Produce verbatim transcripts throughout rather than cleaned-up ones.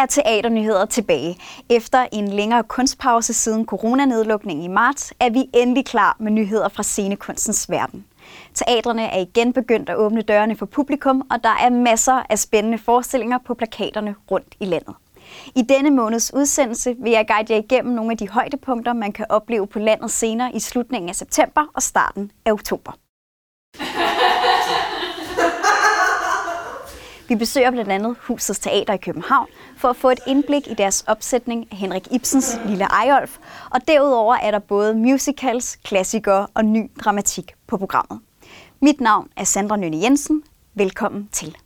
er teaternyheder tilbage. Efter en længere kunstpause siden coronanedlukningen i marts, er vi endelig klar med nyheder fra scenekunstens verden. Teatrene er igen begyndt at åbne dørene for publikum, og der er masser af spændende forestillinger på plakaterne rundt i landet. I denne måneds udsendelse vil jeg guide jer igennem nogle af de højdepunkter, man kan opleve på landets scener i slutningen af september og starten af oktober. Vi besøger blandt andet Husets Teater i København for at få et indblik i deres opsætning af Henrik Ibsens Lille Eyolf, og derudover er der både musicals, klassikere og ny dramatik på programmet. Mit navn er Sandra Nynne Jensen. Velkommen til.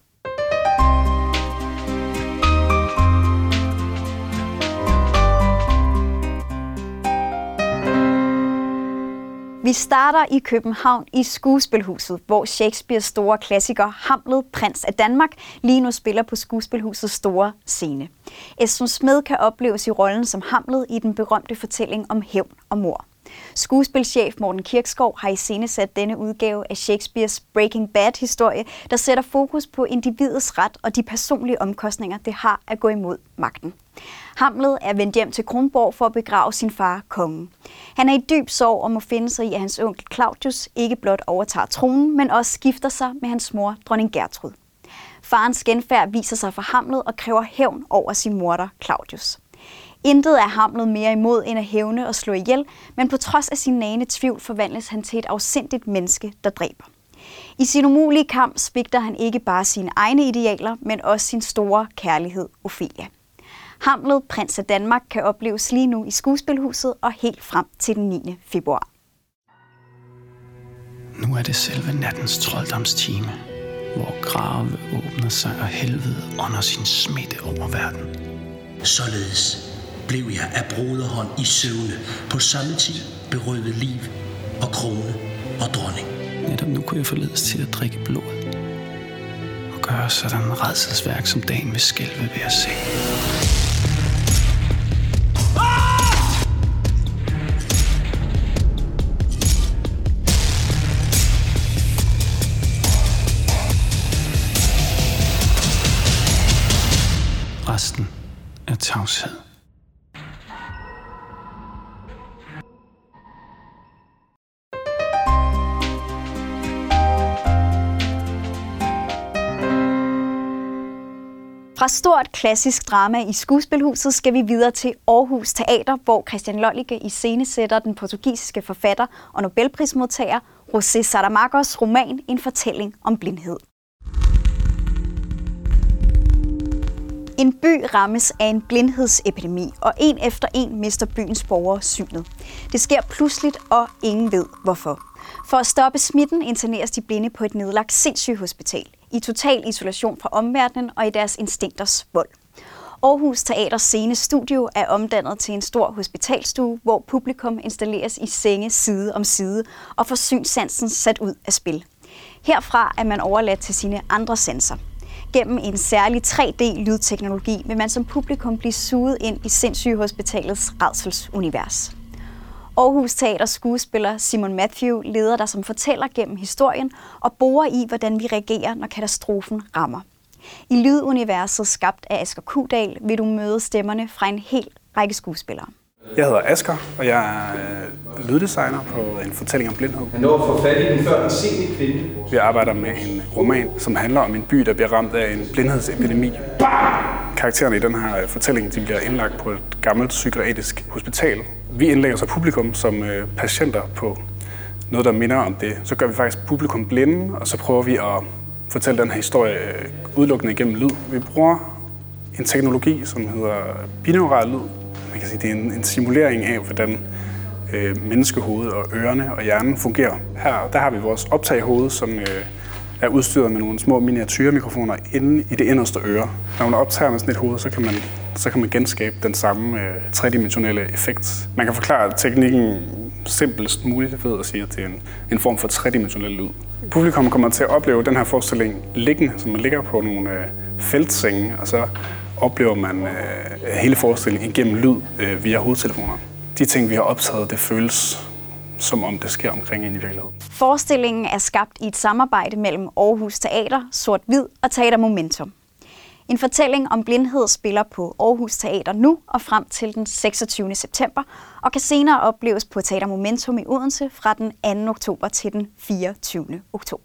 Vi starter i København i Skuespilhuset, hvor Shakespeares store klassiker Hamlet, Prins af Danmark, lige nu spiller på Skuespilhusets store scene. Esben Smed kan opleves i rollen som Hamlet i den berømte fortælling om hævn og mord. Skuespilchef Morten Kirkskov har iscenesat denne udgave af Shakespeares Breaking Bad-historie, der sætter fokus på individets ret og de personlige omkostninger, det har at gå imod magten. Hamlet er vendt hjem til Kronborg for at begrave sin far, kongen. Han er i dyb sorg og må finde sig i, at hans onkel Claudius ikke blot overtager tronen, men også skifter sig med hans mor, dronning Gertrud. Farens genfærd viser sig for Hamlet og kræver hævn over sin morder, Claudius. Intet er Hamlet mere imod end at hævne og slå ihjel, men på trods af sin nagende tvivl forvandles han til et afsindigt menneske, der dræber. I sin umulige kamp svigter han ikke bare sine egne idealer, men også sin store kærlighed, Ophelia. Hamlet, Prins af Danmark, kan opleves lige nu i Skuespilhuset og helt frem til den niende februar. Nu er det selve nattens trolddomstime, hvor grave åbner sig og helvede ånder sin smitte over verden. Således blev jeg af broderhånd i søvne på samme tid berøvet liv og krone og dronning. Netop nu kunne jeg forledes til at drikke blod og gøre sådan rædselsværk, som dagen vil skælve ved at se. Resten er tavshed. Fra stort klassisk drama i Skuespilhuset skal vi videre til Aarhus Teater, hvor Christian Lollicke iscenesætter den portugisiske forfatter og Nobelprismodtager José Saramagos roman En fortælling om blindhed. En by rammes af en blindhedsepidemi, og en efter en mister byens borgere synet. Det sker pludseligt, og ingen ved hvorfor. For at stoppe smitten interneres de blinde på et nedlagt sindssygehospital, i total isolation fra omverdenen og i deres instinkters vold. Aarhus Teaters scenestudio er omdannet til en stor hospitalstue, hvor publikum installeres i senge side om side og får synssansen sat ud af spil. Herfra er man overladt til sine andre sanser. Gennem en særlig tre D-lydteknologi vil man som publikum blive suget ind i sindssygehospitalets rædselsunivers. Aarhus Teaters skuespiller Simon Matthew leder der som fortæller gennem historien og borer i, hvordan vi reagerer, når katastrofen rammer. I lyduniverset skabt af Asger Kudal vil du møde stemmerne fra en hel række skuespillere. Jeg hedder Asger, og jeg er lyddesigner på En fortælling om blindhed. Han når at få fat i den før den sene kvinde. Vi arbejder med en roman, som handler om en by, der bliver ramt af en blindhedsepidemi. Karaktererne i den her fortælling de bliver indlagt på et gammelt psykiatrisk hospital. Vi indlægger så publikum som patienter på noget, der minder om det. Så gør vi faktisk publikum blinde, og så prøver vi at fortælle den her historie udelukkende igennem lyd. Vi bruger en teknologi, som hedder binaural lyd. Man kan sige, det er en, en simulering af, hvordan øh, menneskehovedet og ørerne og hjernen fungerer. Her der har vi vores optagehoved, som øh, er udstyret med nogle små miniatyrmikrofoner inde i det inderste øre. Når man optager med sådan et hoved, så kan man, så kan man genskabe den samme øh, tredimensionelle effekt. Man kan forklare teknikken simplest muligt ved at sige, at det er en, en form for tredimensionel lyd. Publikum kommer til at opleve den her forestilling liggende, som man ligger på nogle øh, feltsenge, og så oplever man øh, hele forestillingen igennem lyd øh, via hovedtelefoner. De ting, vi har optaget, det føles som om det sker omkring en i virkeligheden. Forestillingen er skabt i et samarbejde mellem Aarhus Teater, Sort Hvid og Teater Momentum. En fortælling om blindhed spiller på Aarhus Teater nu og frem til den seksogtyvende september, og kan senere opleves på Teater Momentum i Odense fra den anden oktober til den fireogtyvende oktober.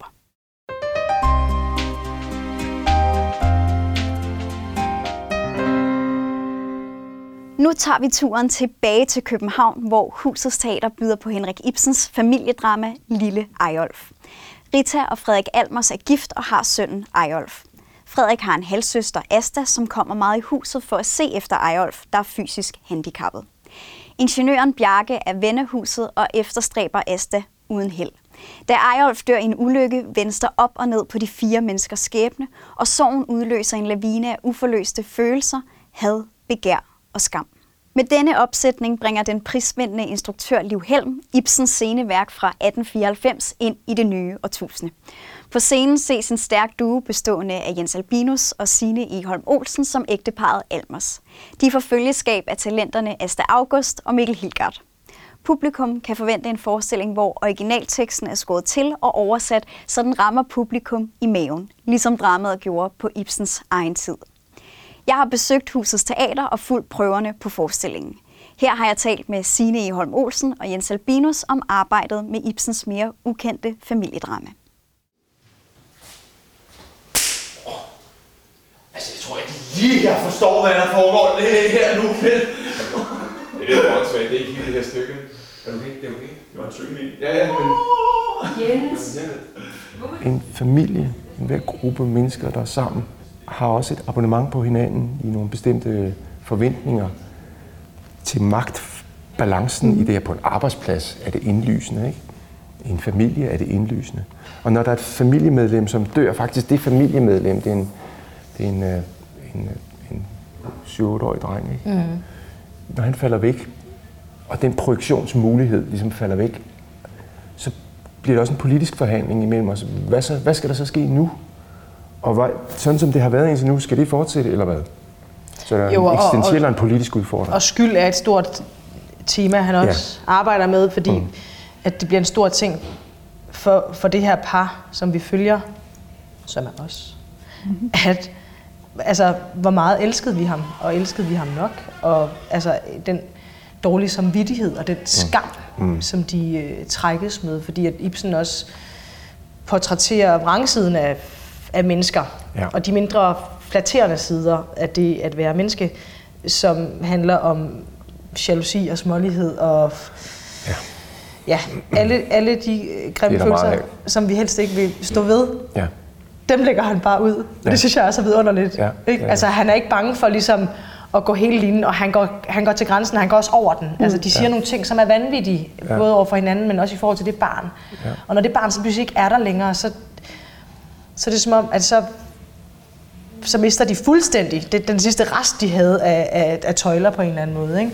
Nu tager vi turen tilbage til København, hvor Husets Teater byder på Henrik Ibsens familiedrama Lille Eyolf. Rita og Frederik Almers er gift og har sønnen Eyolf. Frederik har en halvsøster, Asta, som kommer meget i huset for at se efter Eyolf, der er fysisk handicappet. Ingeniøren Bjarke er ven af huset og efterstræber Asta uden held. Da Eyolf dør i en ulykke, vendes der op og ned på de fire menneskers skæbne, og sorgen udløser en lavine af uforløste følelser, had, begær og skam. Med denne opsætning bringer den prisvindende instruktør Liv Helm Ibsens sceneværk fra atten fireoghalvfems ind i det nye årtusinde. På scenen ses en stærk duo bestående af Jens Albinus og Signe Egholm Olsen som ægteparret Almers. De får følgeskab af talenterne Asta August og Mikkel Hilgard. Publikum kan forvente en forestilling, hvor originalteksten er skåret til og oversat, så den rammer publikum i maven, ligesom dramaet gjorde på Ibsens egen tid. Jeg har besøgt Husets Teater og fulgt prøverne på forestillingen. Her har jeg talt med Signe Egholm Olsen og Jens Albinus om arbejdet med Ibsens mere ukendte familiedrama. Oh, altså, jeg tror ikke lige, jeg forstår, hvad der foregår her nu. Det er lidt åndssvagt, det er ikke hele det her stykke. Er du okay? Det er okay? Det var en stykke med. Ja, ja, men... Jens! En familie, en hver gruppe mennesker, der er sammen, har også et abonnement på hinanden i nogle bestemte forventninger til magtbalancen mm. i det her. På en arbejdsplads er det indlysende, ikke? I en familie er det indlysende. Og når der er et familiemedlem, som dør, faktisk det familiemedlem, det er en, det er en, en, en, en syv-otte-årig dreng, ikke? Mm. Når han falder væk, og den projektionsmulighed ligesom falder væk, så bliver der også en politisk forhandling imellem os. Hvad, så, hvad skal der så ske nu? Og hvad, sådan som det har været indtil nu, skal det fortsætte, eller hvad? Så der er jo, en eksistentiel og en politisk udfordring. Og skyld er et stort tema, han også ja. arbejder med, fordi mm. at det bliver en stor ting for, for det her par, som vi følger, som er os. Mm-hmm. At, altså, hvor meget elskede vi ham, og elskede vi ham nok, og altså, den dårlige samvittighed og den skam, mm. som de øh, trækkes med, fordi at Ibsen også portrætterer vrangsiden af af mennesker, ja. og de mindre flatterende sider af det at være menneske, som handler om jalousi og smålighed og ja, ja alle, alle de grimme følelser, som vi helst ikke vil stå ved, ja. dem lægger han bare ud. Ja. Det synes jeg også er vidunderligt. Ja. Ikke? Ja. Altså, han er ikke bange for ligesom at gå hele linjen, og han går, han går til grænsen, og han går også over den. Mm. Altså, de siger ja. nogle ting, som er vanvittige, ja. både over for hinanden, men også i forhold til det barn. Ja. Og når det barn så pludselig ikke er der længere, så Så det er som om, at så, så mister de fuldstændig det, den sidste rest, de havde af, af, af tøjler på en eller anden måde, ikke?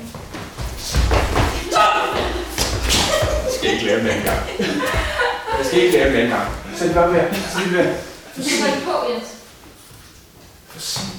Jeg skal ikke lave den anden gang. Jeg skal ikke lave den anden gang. Så det bare være. Så det være. Du skal ikke på, Jens. For sent.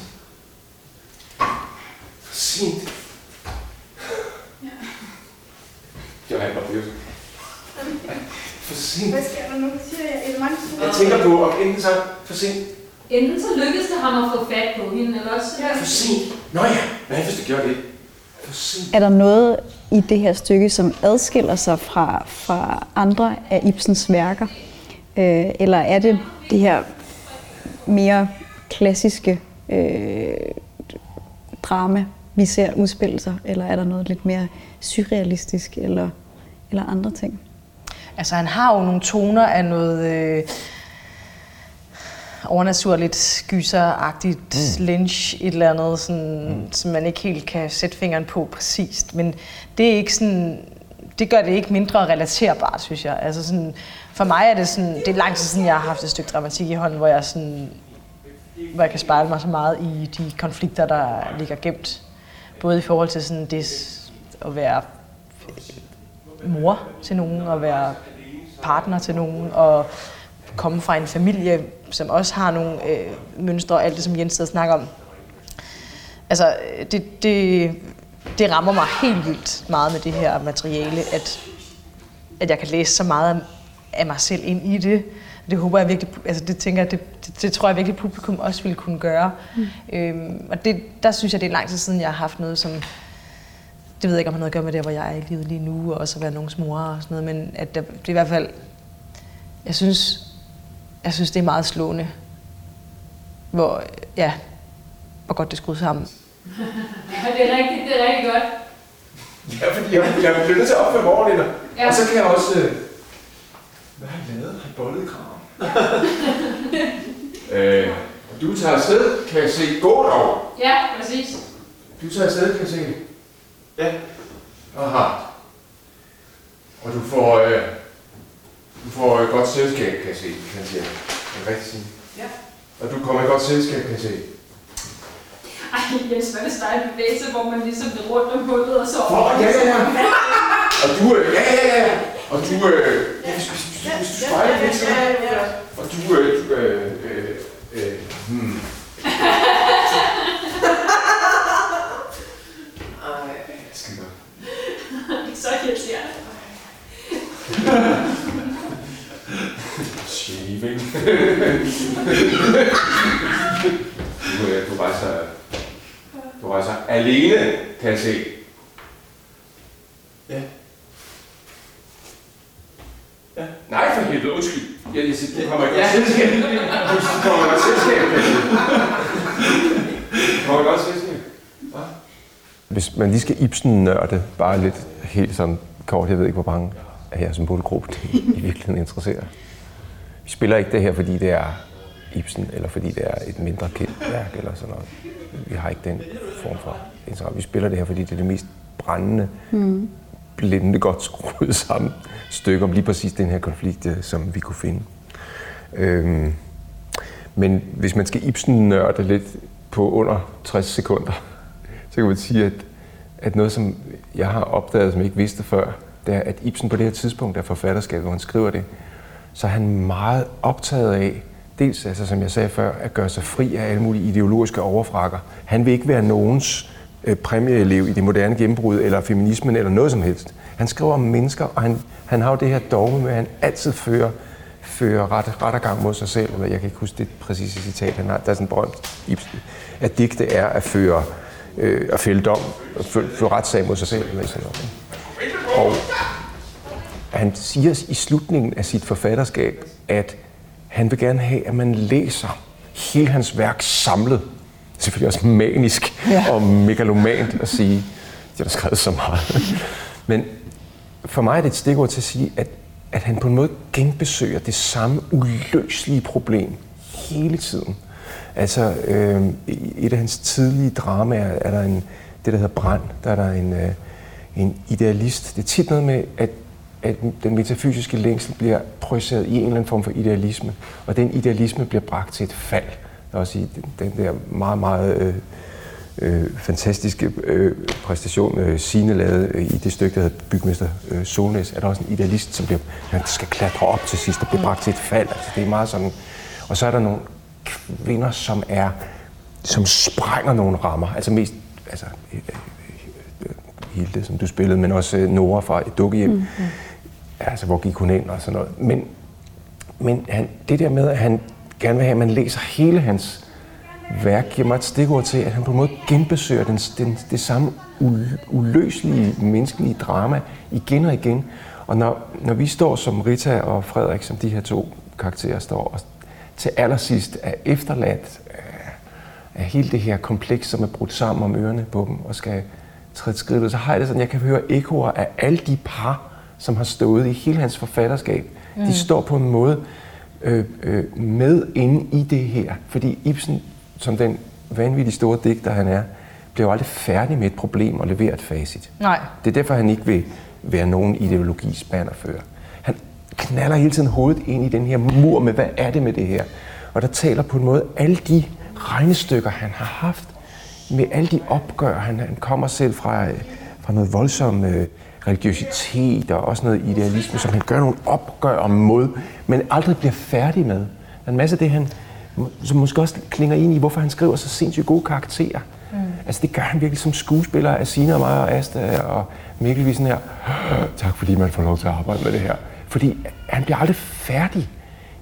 For sent. Ja. Jeg var bare blevet. For sent. Hvad sker der nu? Siger jeg et mange Jeg tænker på, om enten så for sent. Enten så lykkedes det ham at få fat på hende, eller også... Ja. For sent. Nå ja, hvad hvis det gjorde det? For sent. Er der noget i det her stykke, som adskiller sig fra, fra andre af Ibsens værker? Øh, eller er det det her mere klassiske øh, drama, vi ser udspille sig? Eller er der noget lidt mere surrealistisk, eller, eller andre ting? Altså, han har jo nogle toner af noget øh, overnaturligt, gyseragtigt, mm. Lynch, et eller andet, sådan, mm. som man ikke helt kan sætte fingeren på præcist. Men det er ikke sådan, det gør det ikke mindre relaterbart, synes jeg. Altså sådan, for mig er det sådan, det er lang tid siden, jeg har haft et stykke dramatik i hånden, hvor jeg sådan, hvor jeg kan spejle mig så meget i de konflikter, der ligger gemt. Både i forhold til sådan det at være mor til nogen, og være partner til nogen, og komme fra en familie, som også har nogle øh, mønstre, og alt det, som Jens sidder og snakker om. Altså, det, det, det rammer mig helt vildt meget med det her materiale, at, at jeg kan læse så meget af mig selv ind i det, Det håber jeg virkelig, altså det tænker jeg, det, det, det tror jeg virkelig publikum også ville kunne gøre. Mm. Øhm, og det, der synes jeg, det er lang tid siden, jeg har haft noget, som, det ved jeg ikke, om har noget at gøre med det, hvor jeg er i livet lige nu, og også at være nogens mor og sådan noget, men at det, det er i hvert fald, jeg synes, jeg synes, det er meget slående, hvor, ja, hvor godt det er skruet sammen. Ja, det er rigtigt, det er rigtig godt. Ja, fordi jeg, jeg bliver nødt til at opføre morgenlinder. Ja. Og så kan jeg også... Øh, hvad har jeg lavet? Har jeg bollet i kraven? øh, du tager afsted, kan jeg se. Gå dog. Ja, præcis. Du tager afsted, kan jeg se. Ja. Aha. Og du får... Øh, du får et godt selskab, kan jeg se. Kan jeg sige. Det er rigtigt sige. Ja. Og du kommer i godt selskab, kan jeg se. Ej, Jens, hvad hvis der er en bevægelse, hvor man ligesom bliver rundt om hullet og så over? Oh, ja, ja, ja. Og du, øh, ja, ja, ja. Og du, øh, hvis, hvis, hvis, hvis du spejler lidt til, og du, øh, du, øh, øh, øh, hmm. Ej, skide godt. Det er så irriterende. Shaving. du, øh, du rejser, du rejser alene, kan jeg se. Ja. Ja. Nej, for helvede, undskyld. Jeg, jeg siger, du kommer ikke godt selskab. Du kommer godt selskab. Du kommer godt selskab. Hvis man lige skal Ibsen-nørde, bare lidt helt sådan kort, jeg ved ikke, hvor mange af jer som målgruppe det i virkeligheden interesserer. Vi spiller ikke det her, fordi det er Ibsen, eller fordi det er et mindre kendt værk, eller sådan noget. Vi har ikke den form for interesse. Vi spiller det her, fordi det er det mest brændende, mm. blændende godt skruet sammen stykke om lige præcis den her konflikt, som vi kunne finde. Øhm, men hvis man skal Ibsen-nørde lidt på under tres sekunder, så kan man sige, at, at noget, som jeg har opdaget, som jeg ikke vidste før, det er, at Ibsen på det her tidspunkt af forfatterskabet, hvor han skriver det, så er han meget optaget af, dels, altså, som jeg sagde før, at gøre sig fri af alle mulige ideologiske overfrakker. Han vil ikke være nogens øh, præmieelev i det moderne gennembrud, eller feminismen, eller noget som helst. Han skriver om mennesker, og han, han har jo det her dogme med, at han altid fører, fører ret, rettergang mod sig selv, eller jeg kan ikke huske det præcise citat, han har. Der er sådan en berømt Ibsen, at digte er at føre, øh, at fælde dom, at føre, føre retssag mod sig selv, eller sådan noget. Og han siger i slutningen af sit forfatterskab, at han vil gerne have, at man læser hele hans værk samlet. Selvfølgelig også manisk ja. og megalomant at sige, at jeg har skrevet så meget. Men for mig er det et stikord til at sige, at, at han på en måde genbesøger det samme uløselige problem hele tiden. Altså, øh, i et af hans tidlige dramaer er der en, det, der hedder Brand, der er der en, øh, en idealist. Det er tit noget med, at at den metafysiske længsel bliver projiceret i en eller anden form for idealisme, og den idealisme bliver bragt til et fald. Der er også i den der meget, meget øh, øh, fantastiske øh, præstation, øh, Signe lavede øh, i det stykke, der hedder Bygmester øh, Solnæs, er der også en idealist, som bliver, han skal klatre op til sidst og bliver bragt til et fald. Altså, det er meget sådan. Og så er der nogle kvinder, som er, som sprænger nogle rammer, altså mest, altså øh, øh, Hilde, som du spillede, men også øh, Nora fra et dukkehjem. Mm-hmm. Altså, hvor gik hun ind og sådan noget. Men, men han, det der med, at han gerne vil have, at man læser hele hans værk, giver mig et stikord til, at han på en måde genbesøger den, den, det samme uløselige menneskelige drama igen og igen. Og når, når vi står som Rita og Frederik, som de her to karakterer står, og til allersidst er efterladt af hele det her kompleks, som er brudt sammen om ørerne på dem, og skal træde skridtet, så har jeg det sådan, jeg kan høre ekoer af alle de par, som har stået i hele hans forfatterskab. Mm. De står på en måde øh, øh, med inde i det her. Fordi Ibsen, som den vanvittigt store digter han er, bliver aldrig færdig med et problem og leverer et facit. Nej. Det er derfor, han ikke vil være nogen ideologis bannerfører. Han knaller hele tiden hovedet ind i den her mur med, hvad er det med det her? Og der taler på en måde alle de regnestykker, han har haft, med alle de opgør, han, han kommer selv fra, fra noget voldsom øh, religiøsitet og også noget idealisme, som han gør nogle opgør mod, men aldrig bliver færdig med. Der er en masse af det, han, som måske også klinger ind i, hvorfor han skriver så sindssygt gode karakterer. Mm. Altså det gør han virkelig som skuespiller af Signe og mig og Asta og Mikkel, vi sådan her, tak fordi man får lov til at arbejde med det her. Fordi han bliver aldrig færdig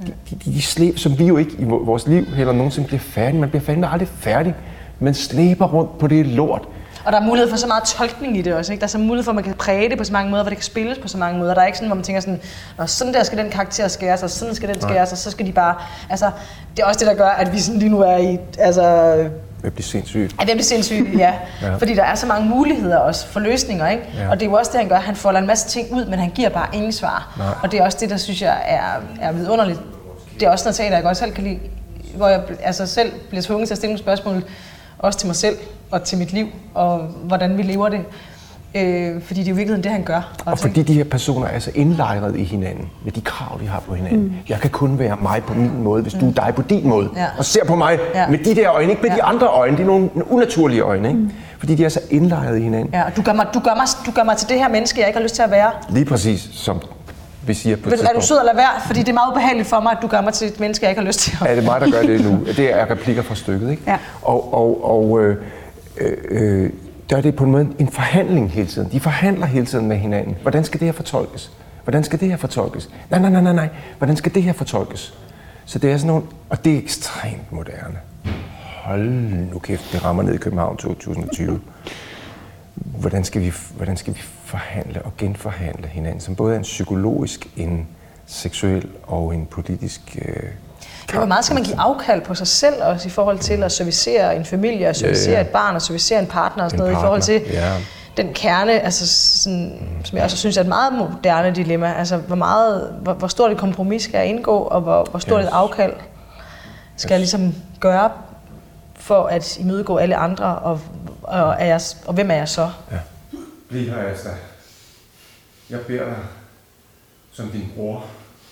de, de, de slæber, som vi jo ikke i vores liv heller nogensinde bliver færdige. Man bliver fandme aldrig færdig. Man slæber rundt på det lort. Og der er mulighed for så meget tolkning i det også, ikke? Der er så mulighed for, at man kan præge det på så mange måder, hvor det kan spilles på så mange måder. Der er ikke sådan, hvor man tænker sådan, Nå, sådan der skal den karakter skæres, og sådan skal den skæres, og så skal de bare... Altså, det er også det, der gør, at vi sådan lige nu er i... Altså, Hvem bliver sindssygt? Ja, hvem bliver sindssygt, ja. ja. Fordi der er så mange muligheder også for løsninger, ikke? Ja. Og det er jo også det, han gør. Han folder en masse ting ud, men han giver bare ingen svar. Nej. Og det er også det, der synes jeg er, er vidunderligt. Det er også noget teater, jeg godt selv kan lide, hvor jeg altså selv bliver tvunget til at stille nogle spørgsmål, også til mig selv og til mit liv, og hvordan vi lever det. Øh, fordi det er jo virkelig det, han gør. Også. Og fordi de her personer er så indlejret i hinanden, med de krav, de har på hinanden. Mm. Jeg kan kun være mig på min måde, hvis mm. du er dig på din måde. Ja. Og ser på mig ja. med de der øjne, ikke med ja. de andre øjne. Det er nogle unaturlige øjne, ikke? Mm. Fordi de er så indlejret i hinanden. Ja, og du gør, mig, du, gør mig, du gør mig til det her menneske, jeg ikke har lyst til at være. Lige præcis, som vi siger på et tidspunkt. Er du sød at lade være? Fordi det er meget ubehageligt for mig, at du gør mig til et menneske, jeg ikke har lyst til at være. Ja, det er mig, der gør det nu. Det er replikker fra stykket, ikke? Ja. Og, og, og øh, øh, der er det på en måde en forhandling hele tiden. De forhandler hele tiden med hinanden. Hvordan skal det her fortolkes? Hvordan skal det her fortolkes? Nej, nej, nej, nej, nej. Hvordan skal det her fortolkes? Så det er sådan nogle, og det er ekstremt moderne. Hold nu kæft, det rammer ned i København to tusind og tyve. Hvordan skal vi, hvordan skal vi forhandle og genforhandle hinanden, som både er en psykologisk, en seksuel og en politisk øh, Ja, hvor meget skal man give afkald på sig selv også i forhold til at servicere en familie, at servicere ja, ja. et barn, og servicere en partner og sådan noget, partner, i forhold til ja. den kerne, altså sådan, mm, som jeg også synes er et meget moderne dilemma. Altså hvor meget, hvor, hvor stort et kompromis skal jeg indgå, og hvor, hvor stort yes. et afkald skal yes. jeg ligesom gøre for at imødegå alle andre, og, og, er jeg, og hvem er jeg så? Ja. Bliv her, Asta. Jeg beder dig som din bror.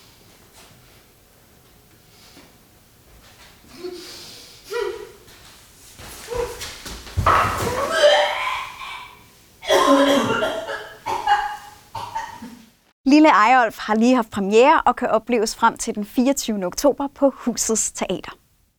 Lille Eyolf har lige haft premiere og kan opleves frem til den fireogtyvende oktober på Husets Teater.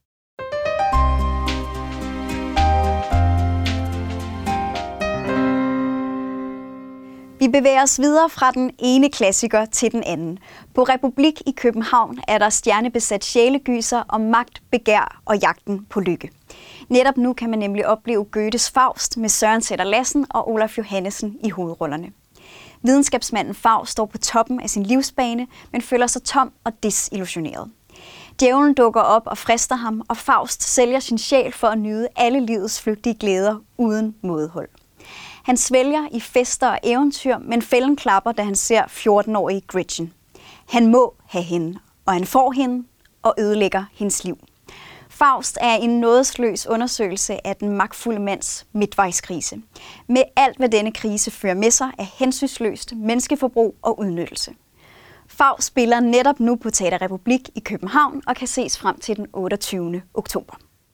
Vi bevæger os videre fra den ene klassiker til den anden. På Republik i København er der stjernebesat sjælegyser om magt, begær og jagten på lykke. Netop nu kan man nemlig opleve Goethes Faust med Søren Sætter-Lassen og Olaf Johannesen i hovedrollerne. Videnskabsmanden Faust står på toppen af sin livsbane, men føler sig tom og desillusioneret. Djævlen dukker op og frister ham, og Faust sælger sin sjæl for at nyde alle livets flygtige glæder uden mådehold. Han svælger i fester og eventyr, men fælden klapper, da han ser fjorten-årige Gretchen. Han må have hende, og han får hende og ødelægger hendes liv. Faust er en nådesløs undersøgelse af den magtfulde mands midtvejskrise. Med alt, hvad denne krise fører med sig, er hensynsløst menneskeforbrug og udnyttelse. Faust spiller netop nu på Teater Republik i København og kan ses frem til den otteogtyvende oktober.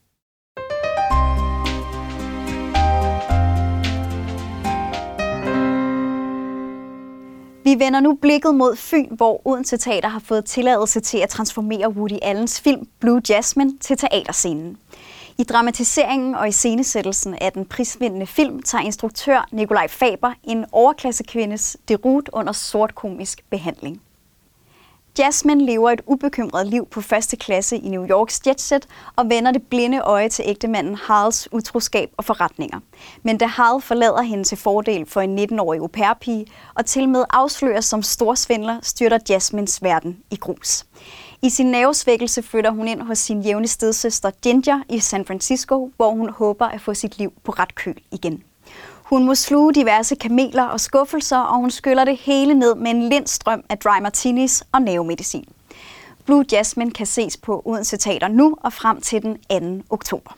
Vi vender nu blikket mod Fyn, hvor Odense Teater har fået tilladelse til at transformere Woody Allens film Blue Jasmine til teaterscenen. I dramatiseringen og iscenesættelsen af den prisvindende film tager instruktør Nikolaj Faber en overklassekvindes deroute under sort komisk behandling. Jasmine lever et ubekymret liv på første klasse i New Yorks jetset og vender det blinde øje til ægtemanden Harls utroskab og forretninger. Men da Harl forlader hende til fordel for en nitten-årig au pair-pige og til med afsløres som storsvindler, styrter Jasmines verden i grus. I sin nervesvækkelse flytter hun ind hos sin jævne stedsøster Ginger i San Francisco, hvor hun håber at få sit liv på ret køl igen. Hun må sluge diverse kameler og skuffelser, og hun skyller det hele ned med en lind strøm af dry martinis og nervemedicin. Blue Jasmine kan ses på Odense Teater nu og frem til den anden oktober.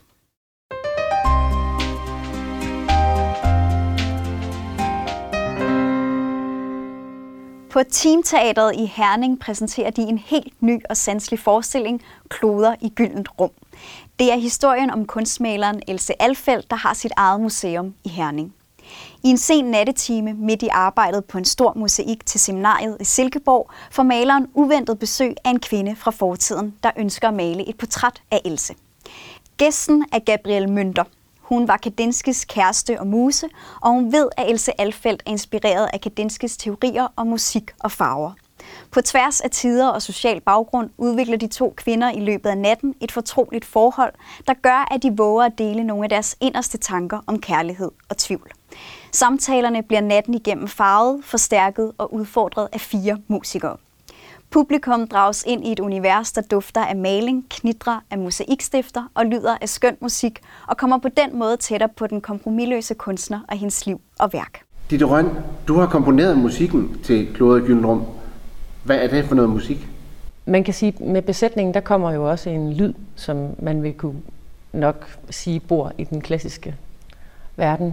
På Teamteatret i Herning præsenterer de en helt ny og sanselig forestilling, Kloder i gyldent rum. Det er historien om kunstmaleren Else Alfeldt, der har sit eget museum i Herning. I en sen nattetime midt i arbejdet på en stor mosaik til seminariet i Silkeborg, får maleren uventet besøg af en kvinde fra fortiden, der ønsker at male et portræt af Else. Gæsten er Gabrielle Münter. Hun var Kandinskis kæreste og muse, og hun ved, at Else Alfeldt er inspireret af Kandinskis teorier om musik og farver. På tværs af tider og social baggrund udvikler de to kvinder i løbet af natten et fortroligt forhold, der gør, at de våger at dele nogle af deres inderste tanker om kærlighed og tvivl. Samtalerne bliver natten igennem farvet, forstærket og udfordret af fire musikere. Publikum drages ind i et univers, der dufter af maling, knitrer af mosaikstifter og lyder af skøn musik, og kommer på den måde tættere på den kompromisløse kunstner og hendes liv og værk. Ditte Rønn, du har komponeret musikken til Kloder Gyldenrum. Hvad er det for noget musik? Man kan sige, at med besætningen, der kommer jo også en lyd, som man vil kunne nok sige bor i den klassiske verden.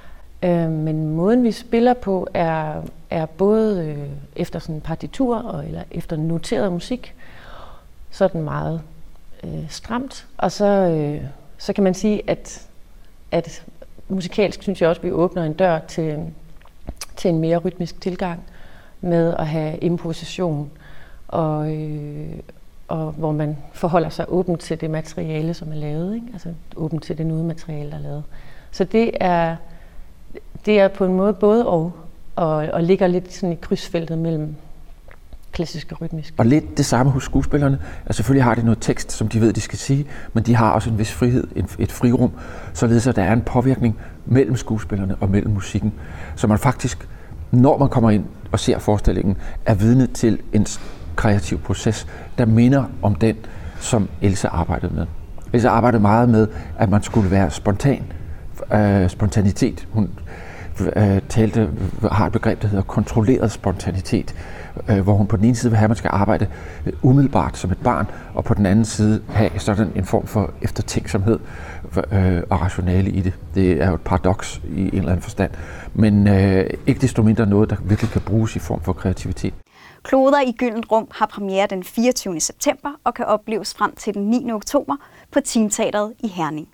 Men måden vi spiller på er, er både øh, efter sådan partitur og eller efter noteret musik, sådan meget øh, stramt. Og så, øh, så kan man sige, at, at musikalsk synes jeg også, at vi åbner en dør til, til en mere rytmisk tilgang med at have improvisation, og, øh, og hvor man forholder sig åbent til det materiale, som er lavet, ikke? Altså åbent til det nodemateriale, der er lavet. Så det er Det er på en måde både og, og, og ligger lidt sådan i krydsfeltet mellem klassisk og rytmisk. Og lidt det samme hos skuespillerne. Altså selvfølgelig har de noget tekst, som de ved, de skal sige, men de har også en vis frihed, et frirum, således at der er en påvirkning mellem skuespillerne og mellem musikken. Så man faktisk, når man kommer ind og ser forestillingen, er vidne til en kreativ proces, der minder om den, som Else arbejdede med. Else arbejdede meget med, at man skulle være spontan. Uh, spontanitet. Hun uh, talte, har et begreb, der hedder kontrolleret spontanitet, uh, hvor hun på den ene side vil have, at man skal arbejde umiddelbart som et barn, og på den anden side have sådan en form for eftertænksomhed uh, og rationale i det. Det er jo et paradoks i en eller anden forstand, men uh, ikke desto mindre noget, der virkelig kan bruges i form for kreativitet. Kloder i Gyldent Rum har premiere den fireogtyvende september og kan opleves frem til den niende oktober på Teamteatret i Herning.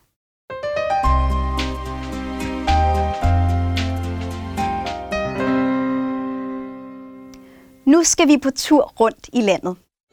Nu skal vi på tur rundt i landet.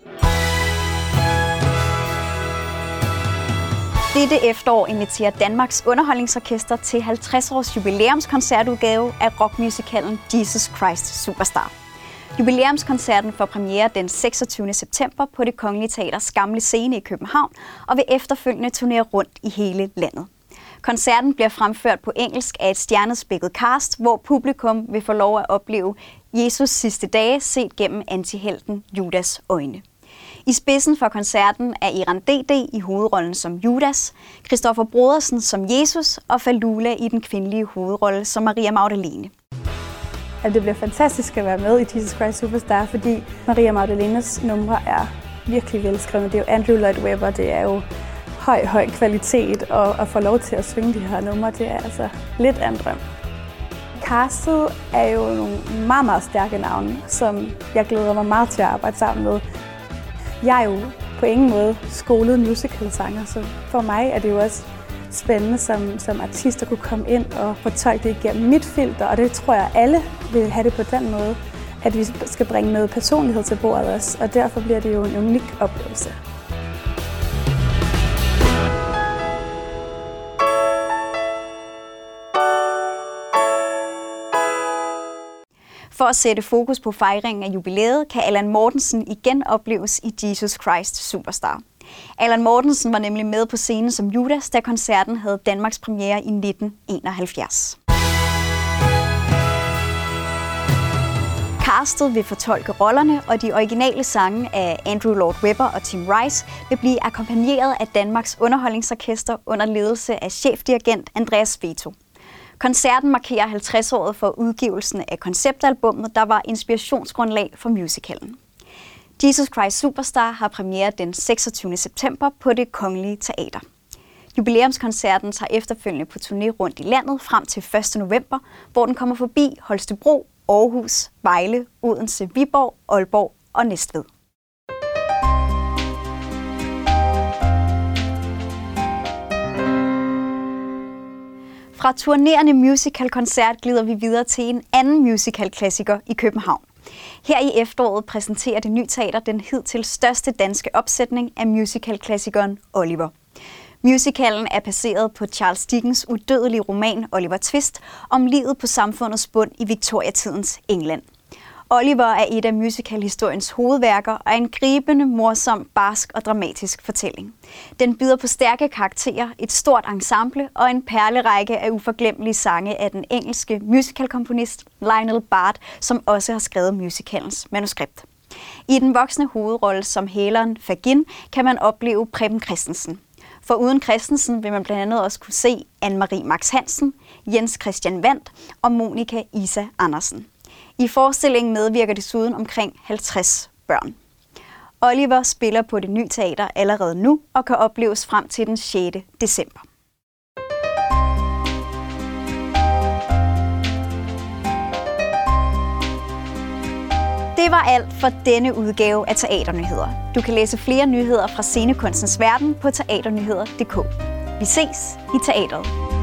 Dette efterår inviterer Danmarks Underholdningsorkester til halvtreds års jubilæumskoncertudgave af rockmusicalen Jesus Christ Superstar. Jubilæumskoncerten får premiere den seksogtyvende september på Det Kongelige Teaters gamle scene i København og vil efterfølgende turnere rundt i hele landet. Koncerten bliver fremført på engelsk af et stjernespækket cast, hvor publikum vil få lov at opleve Jesus sidste dage set gennem antihelten Judas øjne. I spidsen for koncerten er Iran D D i hovedrollen som Judas, Christoffer Brodersen som Jesus og Falula i den kvindelige hovedrolle som Maria Magdalene. Det bliver fantastisk at være med i Jesus Christ Superstar, fordi Maria Magdalenes numre er virkelig velskrevne. Det er jo Andrew Lloyd Webber, det er jo høj, høj kvalitet, og at få lov til at synge de her numre, det er altså lidt af en drøm. Castet er jo nogle meget, meget stærke navne, som jeg glæder mig meget til at arbejde sammen med. Jeg er jo på ingen måde skolet musicalsanger, så for mig er det jo også spændende som, som artist at kunne komme ind og fortolke det igennem mit filter, og det tror jeg alle vil have det på den måde, at vi skal bringe noget personlighed til bordet også, og derfor bliver det jo en unik oplevelse. For at sætte fokus på fejringen af jubilæet, kan Allan Mortensen igen opleves i Jesus Christ Superstar. Allan Mortensen var nemlig med på scenen som Judas, da koncerten havde Danmarks premiere i nitten enoghalvfjerds. Castet vil fortolke rollerne, og de originale sange af Andrew Lloyd Webber og Tim Rice vil blive akkompagneret af Danmarks Underholdningsorkester under ledelse af chefdirigent Andreas Veto. Koncerten markerer halvtreds-året for udgivelsen af konceptalbummet, der var inspirationsgrundlag for musicalen. Jesus Christ Superstar har premiere den seksogtyvende september på Det Kongelige Teater. Jubilæumskoncerten tager efterfølgende på turné rundt i landet frem til første november, hvor den kommer forbi Holstebro, Aarhus, Vejle, Odense, Viborg, Aalborg og Næstved. Fra turnerende musicalkoncert glider vi videre til en anden musicalklassiker i København. Her i efteråret præsenterer Det Ny Teater den hidtil største danske opsætning af musicalklassikeren Oliver. Musicalen er baseret på Charles Dickens udødelige roman Oliver Twist om livet på samfundets bund i Victoriatidens England. Oliver er et af musicalhistoriens hovedværker og er en gribende, morsom, barsk og dramatisk fortælling. Den byder på stærke karakterer, et stort ensemble og en perlerække af uforglemmelige sange af den engelske musicalkomponist Lionel Bart, som også har skrevet musicalens manuskript. I den voksne hovedrolle som hæleren Fagin kan man opleve Preben Christensen. For uden Christensen vil man blandt andet også kunne se Anne-Marie Max Hansen, Jens Christian Wandt og Monika Isa Andersen. I forestillingen medvirker desuden omkring halvtreds børn. Oliver spiller på Det Ny Teater allerede nu og kan opleves frem til den sjette december. Det var alt for denne udgave af Teaternyheder. Du kan læse flere nyheder fra scenekunstens verden på teaternyheder punktum d k. Vi ses i teateret.